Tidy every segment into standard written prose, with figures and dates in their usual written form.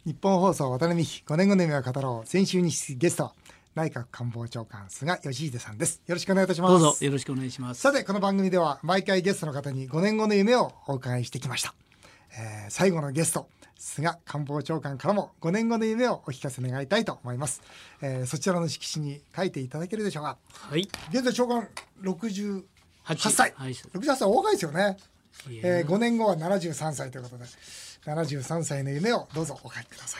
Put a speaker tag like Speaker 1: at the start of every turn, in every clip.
Speaker 1: 日本放送渡辺美希5年後の夢を語ろう。先週にゲスト内閣官房長官菅義偉さんです。よろしくお願いいたします。
Speaker 2: どうぞよろしくお願いします。
Speaker 1: さてこの番組では毎回ゲストの方に5年後の夢をお伺いしてきました。最後のゲスト菅官房長官からも5年後の夢をお聞かせ願いたいと思います。そちらの色紙に書いていただけるでしょうか。
Speaker 2: はい。
Speaker 1: 現在長官68歳、
Speaker 2: はい、
Speaker 1: 68歳お若いですよね。5年後は73歳ということで73歳の夢をどうぞお書きください。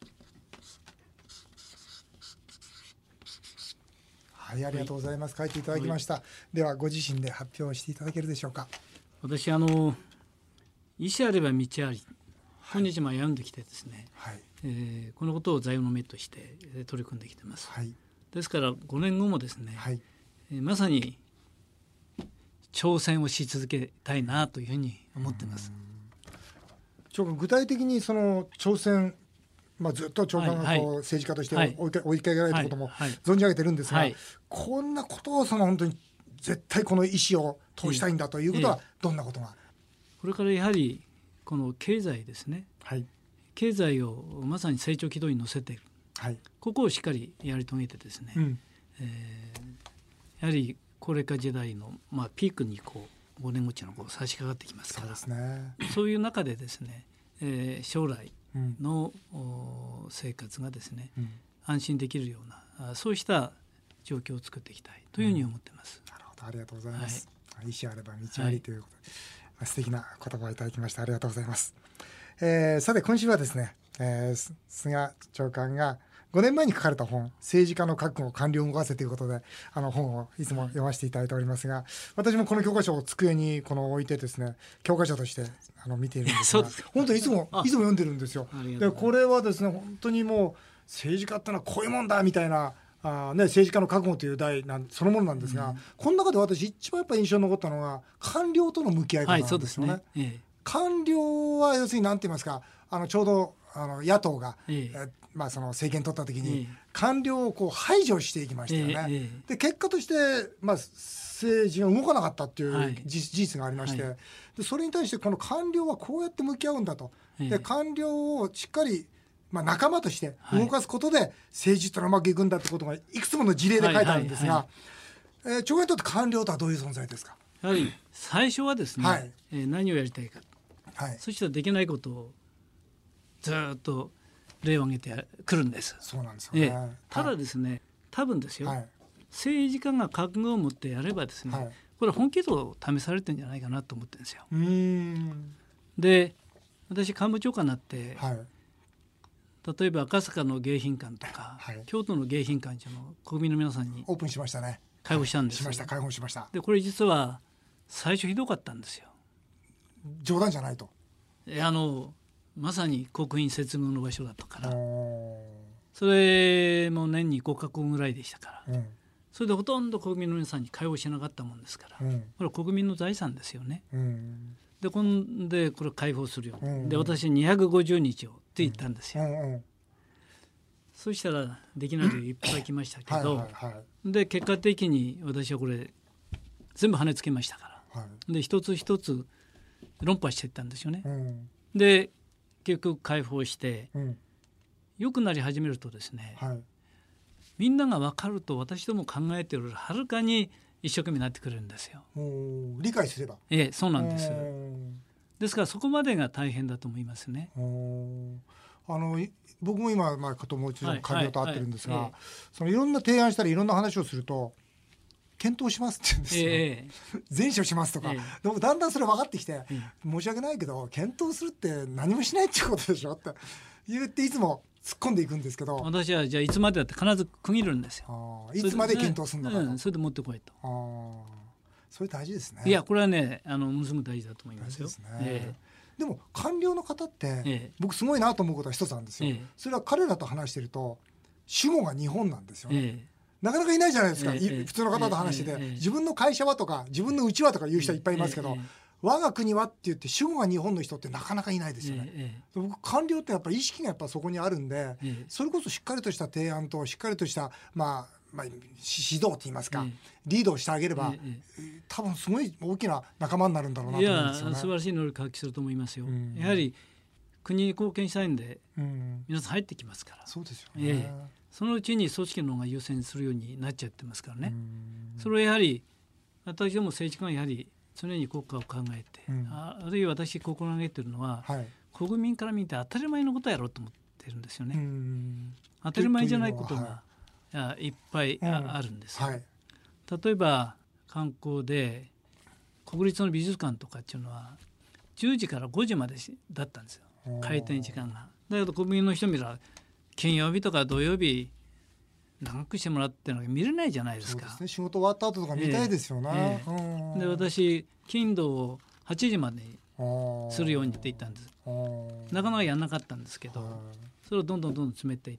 Speaker 1: はい、ありがとうございます。書いていただきました。ではご自身で発表していただけるでしょうか。
Speaker 2: 私意思あれば道あり、今日も歩んできてですね、はい、このことを座右の銘として取り組んできてます、はい、ですから5年後もですね、はい、まさに挑戦をし続けたいなというふうに思っています。
Speaker 1: 具体的にその挑戦、ずっと長官が政治家として追いかけられたことも存じ上げてるんですが、こんなことを本当に絶対この意思を通したいんだということはどんなことが、
Speaker 2: これからやはりこの経済ですね、はい、経済をまさに成長軌道に乗せている、はい、ここをしっかりやり遂げてですね、やはり高齢化時代の、ピークに5年後に差し掛かってきますから、そういう中でですね、将来の、生活がですね、安心できるようなそうした状況を作っていきたいというふうに思っています。
Speaker 1: なるほど、ありがとうございます、はい、意思あれば道ありということで、素敵な言葉をいただきましてありがとうございます。さて今週はですね、菅長官が5年前に書かれた本、政治家の覚悟を官僚を動かせということで本をいつも読ませていただいておりますが、私もこの教科書を机に置いてですね、教科書として見ているんですが、本当にいつも読んでるんですよ。でこれはですね、本当にもう政治家ってのはこういうもんだみたいな政治家の覚悟という題そのものなんですが、この中で私一番やっぱり印象に残ったのが官僚との向き合い方なんですよね。官僚は要するに何て言いますか、ちょうど野党が、その政権取った時に官僚を排除していきましたよね。で結果として、政治が動かなかったっていう事実がありまして、でそれに対してこの官僚はこうやって向き合うんだと、で官僚をしっかり仲間として動かすことで政治とうまくいくんだってことがいくつもの事例で書いてあるんですが、長官にとって官僚とはどういう存在ですか。
Speaker 2: やはり最初はですね、何をやりたいか、そしたらできないことをずっと例を挙げてくるんです。
Speaker 1: そうなんですよね。
Speaker 2: ただですね、多分ですよ、政治家が覚悟を持ってやればですね、これ本気度試されてるんじゃないかなと思ってるんですよ。で私官房長官になって、例えば赤坂の迎賓館とか、京都の迎賓館というのを国民の皆さんに
Speaker 1: オープンしましたね。
Speaker 2: 開放したんです。
Speaker 1: 開放しました。
Speaker 2: でこれ実は最初ひどかったんですよ。
Speaker 1: 冗談じゃないと。
Speaker 2: まさに国賓接遇の場所だったから、それも年に5カ国ぐらいでしたから、それでほとんど国民の皆さんに開放しなかったもんですから、これは国民の財産ですよね。でこれを開放するよ、で私250日をって言ったんですよ。そうしたらできない理由いっぱい来ましたけど、で結果的に私はこれ全部跳ねつけましたから、で一つ一つ論破していったんですよね。で結局開放して、良くなり始めるとですね、みんなが分かると私ども考えているよりはるかに一生懸命になってくれるんですよ。
Speaker 1: 理解すれば。
Speaker 2: そうなんです。ですからそこまでが大変だと思いますね。
Speaker 1: 僕も今、もちろん官僚と会ってるんですが、いろんな提案したりいろんな話をすると検討しますって言うんですよ。前処しますとか、でもだんだんそれ分かってきて、申し訳ないけど検討するって何もしないってことでしょって言っていつも突っ込んでいくんですけど、
Speaker 2: 私はじゃあいつまでだって必ず区切るんですよ。
Speaker 1: いつまで検討するのかと、
Speaker 2: それで持ってこいと。
Speaker 1: それ大事ですね。
Speaker 2: いやこれはねものすごく大事だと思いますよ。
Speaker 1: でも官僚の方って、僕すごいなと思うことは一つなんですよ。それは彼らと話してると主語が日本なんですよね。なかなかいないじゃないですか、普通の方と話してて、自分の会社はとか自分のうちはとか言う人いっぱいいますけど、我が国はって言って主語が日本の人ってなかなかいないですよね。僕官僚ってやっぱり意識がやっぱそこにあるんで、それこそしっかりとした提案としっかりとした指導といいますか、リードをしてあげれば、多分すごい大きな仲間になるんだろうなと思うんですよね。
Speaker 2: いや素晴らしい能力を発揮すると思いますよ。やはり国に貢献したいんで、皆さん入ってきますから、
Speaker 1: そうですよね。
Speaker 2: そのうちに組織の方が優先するようになっちゃってますからね。それはやはり私ども政治家がやはり常に国家を考えて、あるいは私心がけているのは、国民から見て当たり前のことをやろうと思ってるんですよね。当たり前じゃないことが、いっぱいあるんです、例えば観光で国立の美術館とかっていうのは10時から5時までだったんですよ、開店時間が。だけど国民の人見たら金曜日とか土曜日長くしてもらってるのが見れないじゃないですか。
Speaker 1: そうですね、仕事終わった後とか見たいですよね。
Speaker 2: で私金土を8時までにするようにって言ったんです。なかなかやんなかったんですけど、それをどんどん詰めていって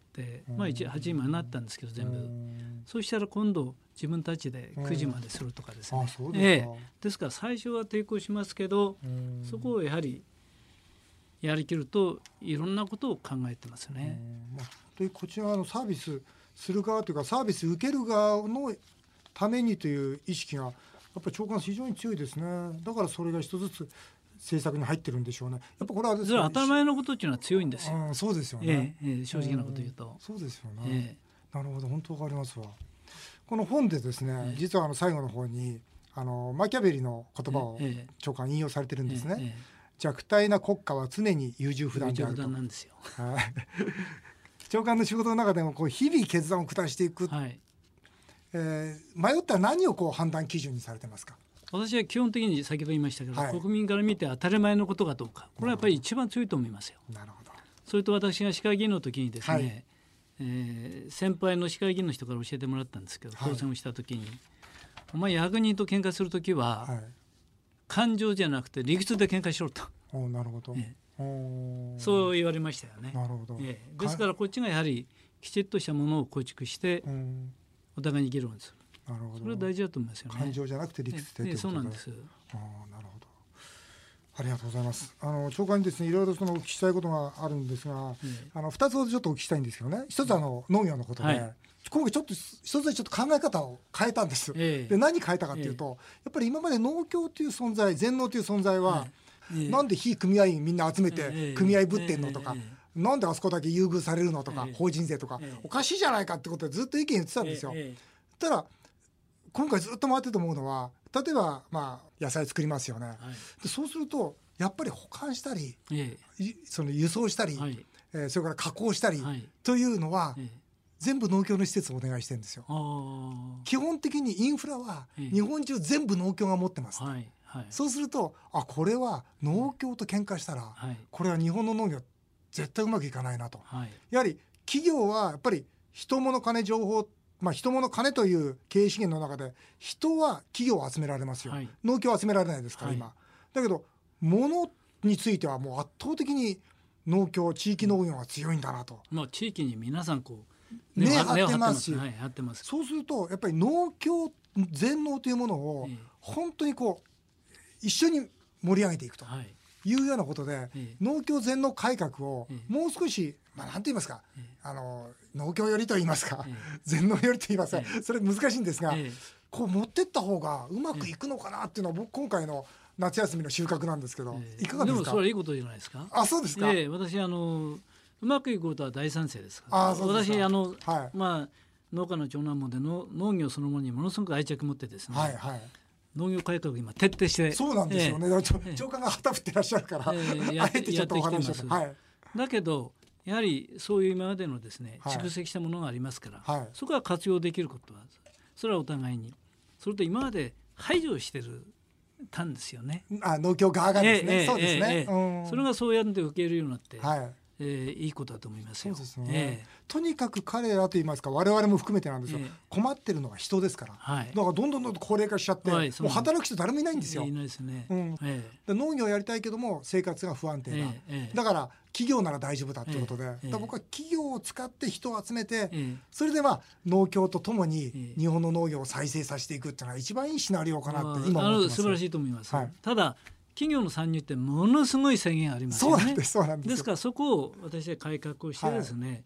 Speaker 2: 、8時までなったんですけど全部。そうしたら今度自分たちで9時までするとかですね。ですから最初は抵抗しますけど、そこをやはりやりきるといろんなことを考えてますよね。
Speaker 1: 本当にこちらのサービスする側というかサービス受ける側のためにという意識がやっぱり長官非常に強いですね。だからそれが一つずつ政策に入ってるんでしょうね。やっぱこれは
Speaker 2: それは当たり前のことっていうのは強いんですよ。
Speaker 1: そうですよね。
Speaker 2: 正直なこと言うと。
Speaker 1: そうですよね。なるほど、本当わかりますわ。この本でですね、実は最後の方にマキャベリの言葉を長官引用されてるんですね。弱体な国家は常に優柔不断であると。
Speaker 2: 優柔不断なんですよ。
Speaker 1: 長官の仕事の中でも日々決断を下していく、迷ったら何を判断基準にされてますか？
Speaker 2: 私は基本的に先ほど言いましたけど、国民から見て当たり前のことかどうか、これはやっぱり一番強いと思いますよ。
Speaker 1: なるほど。
Speaker 2: それと私が市会議員の時にですね、先輩の市会議員の人から教えてもらったんですけど、当選をした時に、お前役人と喧嘩する時は、感情じゃなくて理屈で喧嘩しろと。
Speaker 1: なるほど。
Speaker 2: そう言われましたよね。
Speaker 1: なるほど。
Speaker 2: ですからこっちがやはりきちっとしたものを構築してお互いに議論する。
Speaker 1: なるほど。
Speaker 2: それは大事だと思いますよね。
Speaker 1: 感情じゃなくて理屈でということで。
Speaker 2: そうなんです。
Speaker 1: なるほど。ありがとうございます。長官にですね、いろいろお聞きしたいことがあるんですが、2つほどちょっとお聞きしたいんですけどね。一つ農業のことで、今回ちょっと一つでちょっと考え方を変えたんです。で何変えたかというと、やっぱり今まで農協という存在、全農という存在は、なんで非組合員みんな集めて組合ぶってんのとか、なんであそこだけ優遇されるのとか、法人税とか、おかしいじゃないかってことでずっと意見言ってたんですよ。ただ今回ずっと回ってと思うのは、例えば野菜作りますよね。でそうするとやっぱり保管したり、その輸送したり、それから加工したりというのは、全部農協の施設をお願いしてるんですよ。基本的にインフラは日本中全部農協が持ってます。そうするとこれは農協と喧嘩したら、これは日本の農業絶対うまくいかないなと。やはり企業はやっぱり人物金情報、人物金という経営資源の中で人は企業を集められますよ。農協は集められないですから今。だけど物についてはもう圧倒的に農協地域農業が強いんだなと。
Speaker 2: 地域に皆さん
Speaker 1: 根張ってますし、
Speaker 2: ます
Speaker 1: そうするとやっぱり農協全農というものを本当に一緒に盛り上げていくというようなことで、農協全農改革をもう少しなんて言いますか、農協寄りと言いますか、全農寄りと言いますか、それ難しいんですが、持ってった方がうまくいくのかなっていうのは僕今回の夏休みの収穫なんですけど、いかがですか？
Speaker 2: でもそれはいいことじゃないですか。
Speaker 1: そうですか。
Speaker 2: 私うまくいくことは大賛成ですから。私農家の長男もで農業そのものにものすごく愛着持ってですね、農業改革を今徹底して、
Speaker 1: そうなんですよね。長官が旗振ってらっしゃるから、あえてちょっとお話を。
Speaker 2: だけどやはりそういう今までのですね、蓄積したものがありますから、そこは活用できることはそれはお互いに、それと今まで排除してたんですよね。
Speaker 1: 農協側がですね。そうですね。
Speaker 2: それがそうやって受け入れるようになって、いいことだと思いますよ。
Speaker 1: そうですね。とにかく彼らといいますか、我々も含めてなんですよ。困ってるのは人ですから。だからどんどん高齢化しちゃって、もう働く人誰もいないんですよ。
Speaker 2: いないですね。
Speaker 1: 農業やりたいけども生活が不安定な。だから企業なら大丈夫だということで、僕は企業を使って人を集めて、それで農協とともに日本の農業を再生させていくっていうのが一番いいシナリオかなって今思ってます。
Speaker 2: 素晴らしいと思います。ただ企業の参入ってものすごい制限ありますよね。
Speaker 1: そうなんです。
Speaker 2: ですからそこを私は改革をしてですね、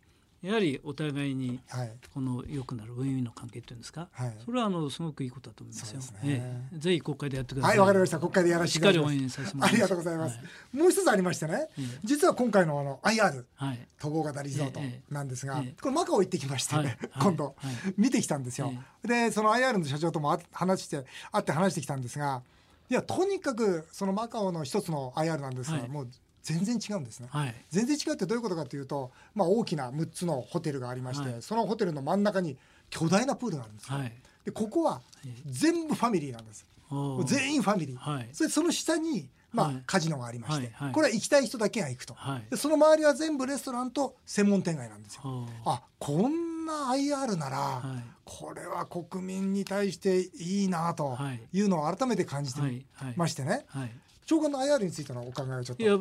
Speaker 2: やはりお互いにこの良くなるウィンウィンの関係というんですか、それはすごくいいことだと思いますよ。ぜひ国会でやってください。
Speaker 1: はい、わかりました。国会でやらせていただきます。
Speaker 2: しっかり応援させてもらいます。
Speaker 1: ありがとうございます。もう一つありましてね、実は今回のIR、統合型リゾートなんですが、これマカオ行ってきましてね、今度見てきたんですよ。でその IR の社長とも会って話してきたんですが、いやとにかくそのマカオの一つの IR なんですが、もう全然違うんですね、全然違うってどういうことかというと、大きな6つのホテルがありまして、そのホテルの真ん中に巨大なプールがあるんですよ、でここは全部ファミリーなんです。全員ファミリー、その下にカジノがありまして、これは行きたい人だけが行くと、でその周りは全部レストランと専門店街なんですよ。こんな IR なら、これは国民に対していいなというのを改めて感じてましてね、長官の IR についてのお考えをちょっと。いや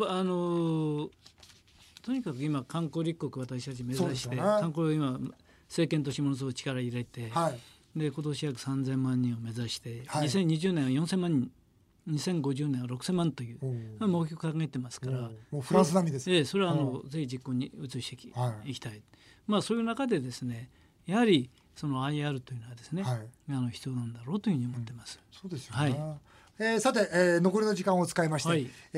Speaker 2: とにかく今観光立国私たち目指して、観光を今政権としてものすごい力入れて、で今年約3000万人を目指して、2020年は4000万人、2050年は6000万という目標を掲げてますから、
Speaker 1: もうフランス並みです。
Speaker 2: それはぜひ実行に移していきたい、そういう中でですね、やはりその IR というのはですね、必要なんだろうというふうに思ってます。
Speaker 1: そうですよね。さて、残りの時間を使いまして、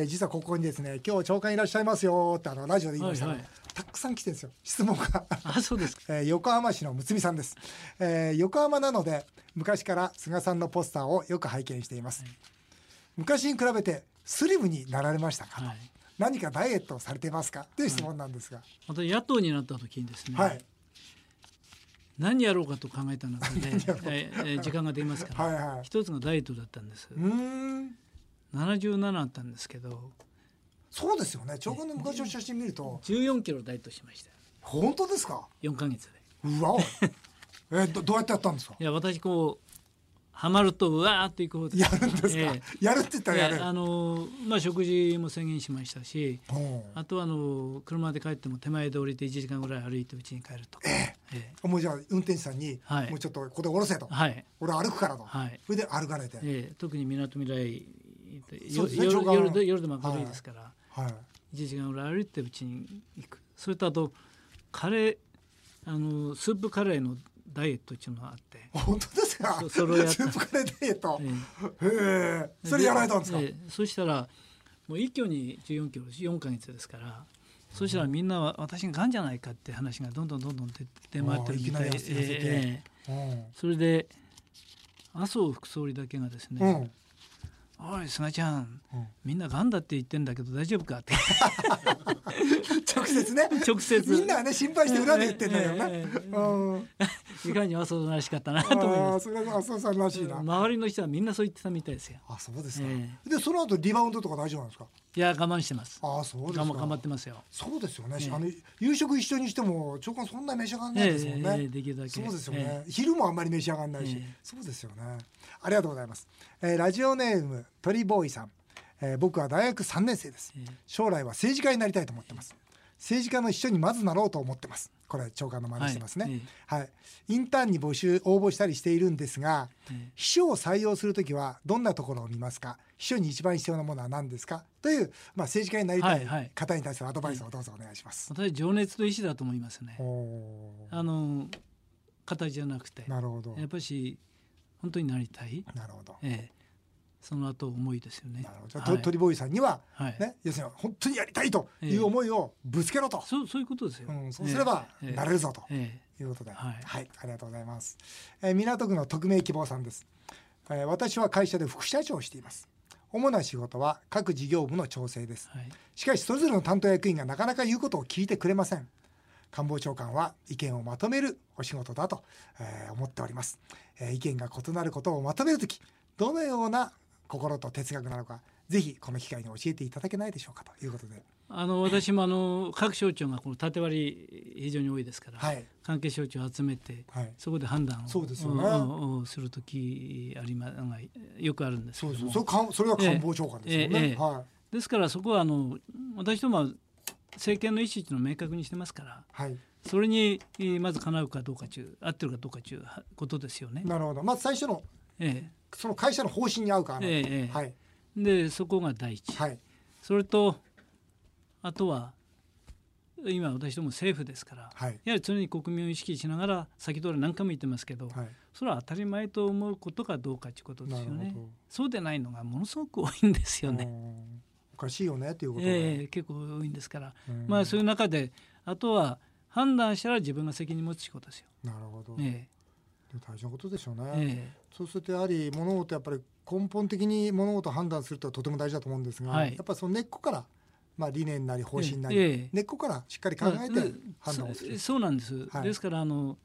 Speaker 1: 実はここにですね、今日長官いらっしゃいますよってラジオで言いましたが、たくさん来てるんですよ、質問が。
Speaker 2: そうですか。
Speaker 1: 横浜市のむつみさんです。横浜なので昔から菅さんのポスターをよく拝見しています。昔に比べてスリムになられましたかと、何かダイエットをされてますかという質問なんですが、
Speaker 2: また野党になった時にですね、何やろうかと考えた中で時間が出ますから一つがダイエットだったんです。77あったんですけど。
Speaker 1: そうですよね、長官の昔の写真見ると
Speaker 2: 14キロダイエットしました。
Speaker 1: 本当ですか
Speaker 2: ？4ヶ月で。
Speaker 1: うわおどうやってやったんですか？
Speaker 2: いや私ハマるとうわーっといくほど
Speaker 1: やるんですか？やるって言ったらやる。
Speaker 2: 食事も制限しましたし、あとは車で帰っても手前で降りて1時間ぐらい歩いて家に帰るとか、もうじゃあ運転手さんに、もうちょっとここで降ろせと、俺歩くからと、それで歩かれて、 特にみなとみらい夜でも明るいですから、1時間ぐらい歩いて家に行く。それとあとカレースープカレーのダイエットっていうのがあって。
Speaker 1: 本当ですか？
Speaker 2: それをやった。
Speaker 1: スープカレーダイエット、それやられたんですか？
Speaker 2: そしたらもう一挙に14キロ4ヶ月ですから、そしたらみんなは私ががんじゃないかって話がどんどん出回ってるみたいで、それで麻生副総理だけがですね、おい菅ちゃん、みんながんだって言ってんだけど大丈夫かって
Speaker 1: 直接みんなはね心配して裏で言ってんだよな、
Speaker 2: いかに麻生らしかったなと思います。
Speaker 1: それが麻生さんらしいな。
Speaker 2: 周りの人はみんなそう言ってたみたいですよ。
Speaker 1: そうですか。でその後リバウンドとか大丈夫なんですか？
Speaker 2: いや我慢してます。
Speaker 1: そうですか。
Speaker 2: 頑張ってますよ。
Speaker 1: そうですよね。夕食一緒にしても長官そんな召し上がらないですもんね。
Speaker 2: できるだけ。
Speaker 1: そうですよね。昼もあんまり召し上がらないし、そうですよね。ありがとうございます。ラジオネーム鳥ボーイさん、僕は大学3年生です。将来は政治家になりたいと思ってます。政治家の一緒にまずなろうと思ってます。これ長官の真似してますね。インターンに応募したりしているんですが、秘書を採用するときはどんなところを見ますか？秘書に一番必要なものは何ですか？という、政治家になりたい方に対するアドバイスをどうぞお願いします。
Speaker 2: 私情熱と意志だと思いますね。形じゃなくて。
Speaker 1: なるほど。
Speaker 2: やっぱり本当になりたい。
Speaker 1: なるほど。
Speaker 2: その後思いですよね。
Speaker 1: なるほど。じゃあ鳥ボーイさんには、要するに本当にやりたいという思いをぶつけろと。
Speaker 2: そういうことですよ。
Speaker 1: そうすればなれるぞということで、ありがとうございます。港区の匿名希望さんです。私は会社で副社長をしています。主な仕事は各事業部の調整です。しかしそれぞれの担当役員がなかなか言うことを聞いてくれません。官房長官は意見をまとめるお仕事だと、思っております。意見が異なることをまとめるとき、どのような心と哲学なのか、ぜひこの機会に教えていただけないでしょうかということで、
Speaker 2: 私も各省庁がこの縦割り非常に多いですから、関係省庁を集めて、そこで判断をするときよくあるんですけども、
Speaker 1: それは官房長官ですよね。
Speaker 2: ですからそこは私どもは政権の意思というのを明確にしてますから、それにまずかなうかどうか合ってるかどうかということですよね。
Speaker 1: なるほど。まず最初の、その会社の方針に合うか
Speaker 2: でそこが第一、それとあとは今私ども政府ですから、
Speaker 1: はい、
Speaker 2: やはり常に国民を意識しながら、先ほど何回も言ってますけど、はい、それは当たり前と思うことかどうかということですよね。そうでないのがものすごく多いんですよね。
Speaker 1: おかしいよねということが、
Speaker 2: 結構多いんですから、そういう中であとは判断したら自分が責任を持つことですよ。
Speaker 1: なるほど、大事なことでしょうね、そうするとやはり物事やっぱり根本的に物事を判断するととても大事だと思うんですが、やっぱりその根っこから、理念なり方針なり、根っこからしっかり考えて判断をする、
Speaker 2: そうなんです、ですから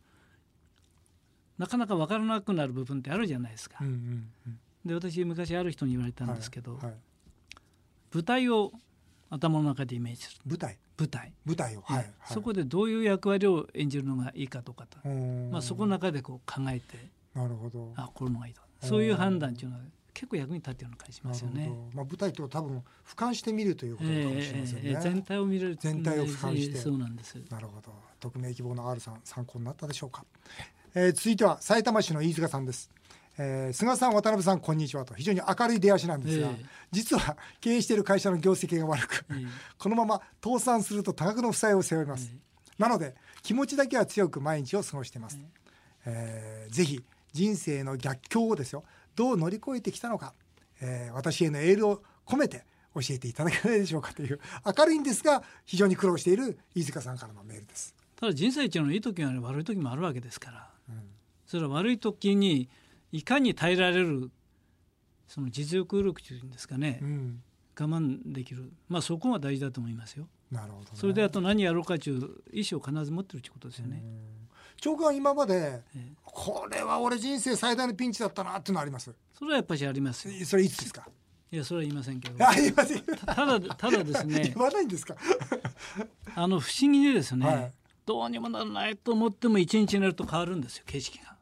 Speaker 2: なかなか分からなくなる部分ってあるじゃないですか、で私昔ある人に言われたんですけど、舞台を頭の中でイメージする。舞台を、そこでどういう役割を演じるのがいいかとかと、そこの中でこう考えて、
Speaker 1: なるほど、
Speaker 2: これのがいいと、そういう判断というのは結構役に立っているような感じしますよね。
Speaker 1: 舞台と多分俯瞰して見るということかもしれませんね、
Speaker 2: 全体を見る、
Speaker 1: 全体を俯瞰して、
Speaker 2: そうなんです。
Speaker 1: なるほど。匿名希望の R さん、参考になったでしょうか。続いては埼玉市の飯塚さんです。菅さん、渡辺さん、こんにちはと、非常に明るい出足なんですが、実は経営している会社の業績が悪く、このまま倒産すると多額の負債を背負います、なので気持ちだけは強く毎日を過ごしています、ぜひ人生の逆境をですよ、どう乗り越えてきたのか、私へのエールを込めて教えていただけないでしょうかという、明るいんですが非常に苦労している飯塚さんからのメールです。
Speaker 2: ただ人生っていうのはいい時もある、悪い時もあるわけですから、それは悪い時にいかに耐えられるその実力力というんですかね、我慢できる、そこが大事だと思いますよ。
Speaker 1: なるほど、ね、
Speaker 2: それであと何やろうかという意思を必ず持ってるということですよね。
Speaker 1: 長官は今まで、これは俺人生最大のピンチだったなっていうのはあります？
Speaker 2: それはやっぱりありますよ。
Speaker 1: それいつですか？
Speaker 2: いやそれは言いませんけど。
Speaker 1: 言いません。
Speaker 2: ただですね
Speaker 1: 言わないんですか？
Speaker 2: 不思議にですね、どうにもならないと思っても一日になると変わるんですよ、景色が。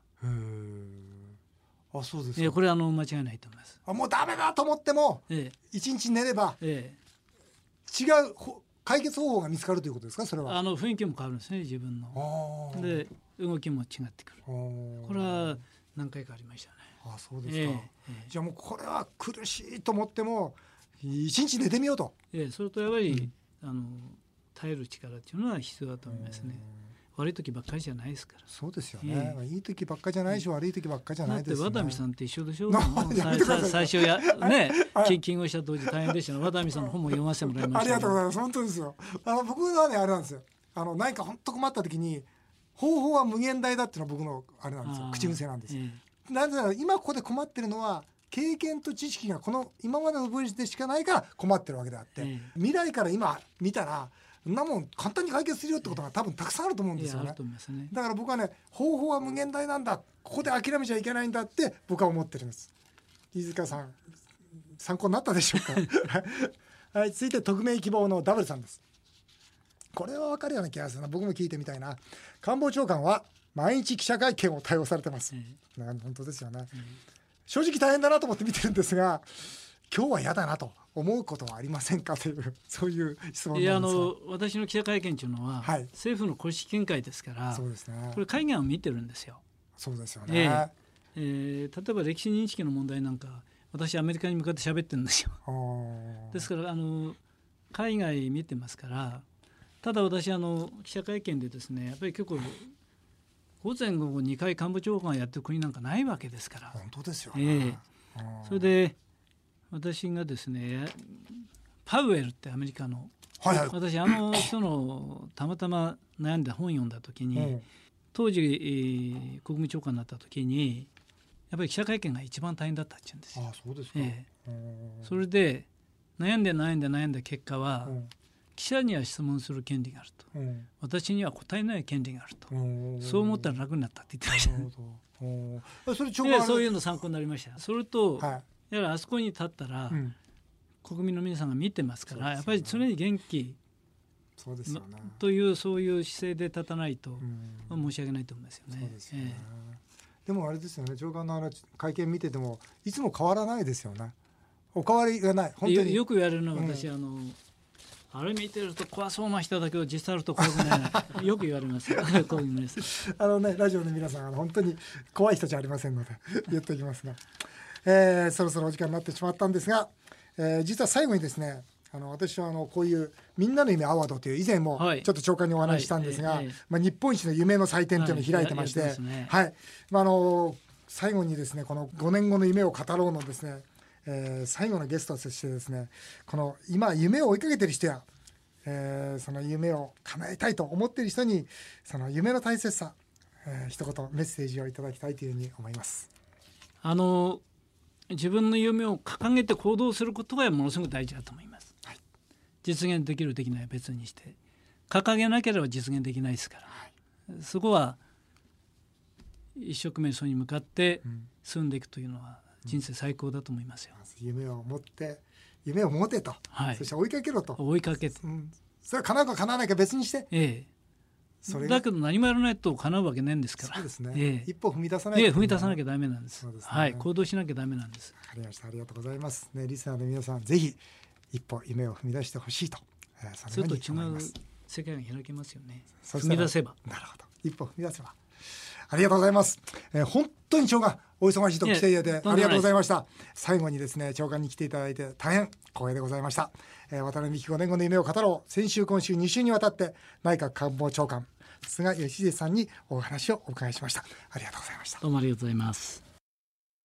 Speaker 1: そうですか。
Speaker 2: これは間違いないと思います。
Speaker 1: もうダメだと思っても、一日寝れば、違う解決方法が見つかるということですか？それは
Speaker 2: 雰囲気も変わるんですね、自分の。で動きも違ってくる。これは何回かありましたね。
Speaker 1: そうですか。じゃあもうこれは苦しいと思っても一日寝てみようと。
Speaker 2: それとやっぱり、耐える力っていうのは必要だと思いますね。悪い時ばっかりじゃないですから。
Speaker 1: そうですよね、いい時ばっかりじゃないし、悪い時ばっかりじゃないですよね。
Speaker 2: だって渡美さんって一緒でしょ。最初金をした当時大変でしたの。渡美さんの本も読ませてもらいました。
Speaker 1: ありがとうございます。本当ですよ。僕はねあれなんですよ、何か本当困った時に方法は無限大だっていうのは僕のあれなんですよ、口癖なんですよ。なぜなら今ここで困ってるのは経験と知識がこの今までの分でしかないから困ってるわけであって、未来から今見たらそんなもん簡単に解決するよってことが多分たくさんあると思うんですよね。だから僕はね、方法は無限大なんだ、ここで諦めちゃいけないんだって僕は思ってるんです。飯塚さん参考になったでしょうか？はい、続いて匿名希望のダブルさんです。これは分かるような気がするな。僕も聞いてみたいな。官房長官は毎日記者会見を対応されてます、本当ですよね、正直大変だなと思って見てるんですが、今日は嫌だなと思うことはありませんかという、そういう質問なんですが。
Speaker 2: 私の記者会見というのは、政府の公式見解ですから、
Speaker 1: そうですね、
Speaker 2: これ海外を見てるんですよ。
Speaker 1: そうですよね、
Speaker 2: 例えば歴史認識の問題なんか私アメリカに向かって喋ってるんですよ。ですから海外見てますから。ただ私記者会見でですね、やっぱり結構午前午後2回官房長官がやってる国なんかないわけですから。
Speaker 1: 本当ですよね、
Speaker 2: それで私がですね、パウエルってアメリカの、私人のたまたま悩んで本読んだ時に、当時、国務長官になった時にやっぱり記者会見が一番大変だったって言うんですよ。
Speaker 1: そうですか。
Speaker 2: それで悩んだ結果は、記者には質問する権利があると、私には答えない権利があると、そう思ったら楽になったって言ってました。そういうの参考になりました。それと、やはりあそこに立ったら、国民の皆さんが見てますから、やっぱり常に元気というそういう姿勢で立たないと、申し訳ないと思いますよね。
Speaker 1: でもあれですよね、長官の会見見ててもいつも変わらないですよね。お変わりがない。本当に よ
Speaker 2: く言われるのは、私あれ見てると怖そうな人だけど実際あると怖くないよく言われますこういうです
Speaker 1: ラジオの皆さん本当に怖い人じゃありませんので言っておきますが、そろそろお時間になってしまったんですが、実は最後にですね、 私はこういうみんなの夢アワードという以前もちょっと長官にお話ししたんですが、日本一の夢の祭典というのを開いてまして、最後にですねこの5年後の夢を語ろうのですね、最後のゲストとしてですねこの今夢を追いかけている人や、その夢を叶えたいと思っている人にその夢の大切さ、一言メッセージをいただきたいというふうに思います。
Speaker 2: 自分の夢を掲げて行動することがものすごく大事だと思います、はい、実現できるできないは別にして掲げなければ実現できないですから、はい、そこは一生懸命それに向かって進んでいくというのは人生最高だと思いますよ、
Speaker 1: 夢を持てと、はい、そして追いかけろと
Speaker 2: 追いかけて、
Speaker 1: それは叶うか叶わないか別にして、
Speaker 2: それだけど何もやらないと叶うわけないんですから。
Speaker 1: そうですね、一歩踏み出さないと、
Speaker 2: 踏み出さなきゃダメなんです。そうですね、はい、行動しなきゃダメなんです。
Speaker 1: わかりました。ありがとうございます、リスナーの皆さんぜひ一歩夢を踏み出してほしいと、
Speaker 2: それと違う世界が開けますよね。踏み出せば。
Speaker 1: なるほど、一歩踏み出せば。ありがとうございます、本当に長官お忙しいと来ていただいてありがとうございました。最後にですね長官に来ていただいて大変光栄でございました。渡辺美樹5年後の夢を語ろう、先週今週2週にわたって内閣官房長官菅義偉さんにお話をお伺いしました。ありがとうございました。
Speaker 2: どうもありがとうございます。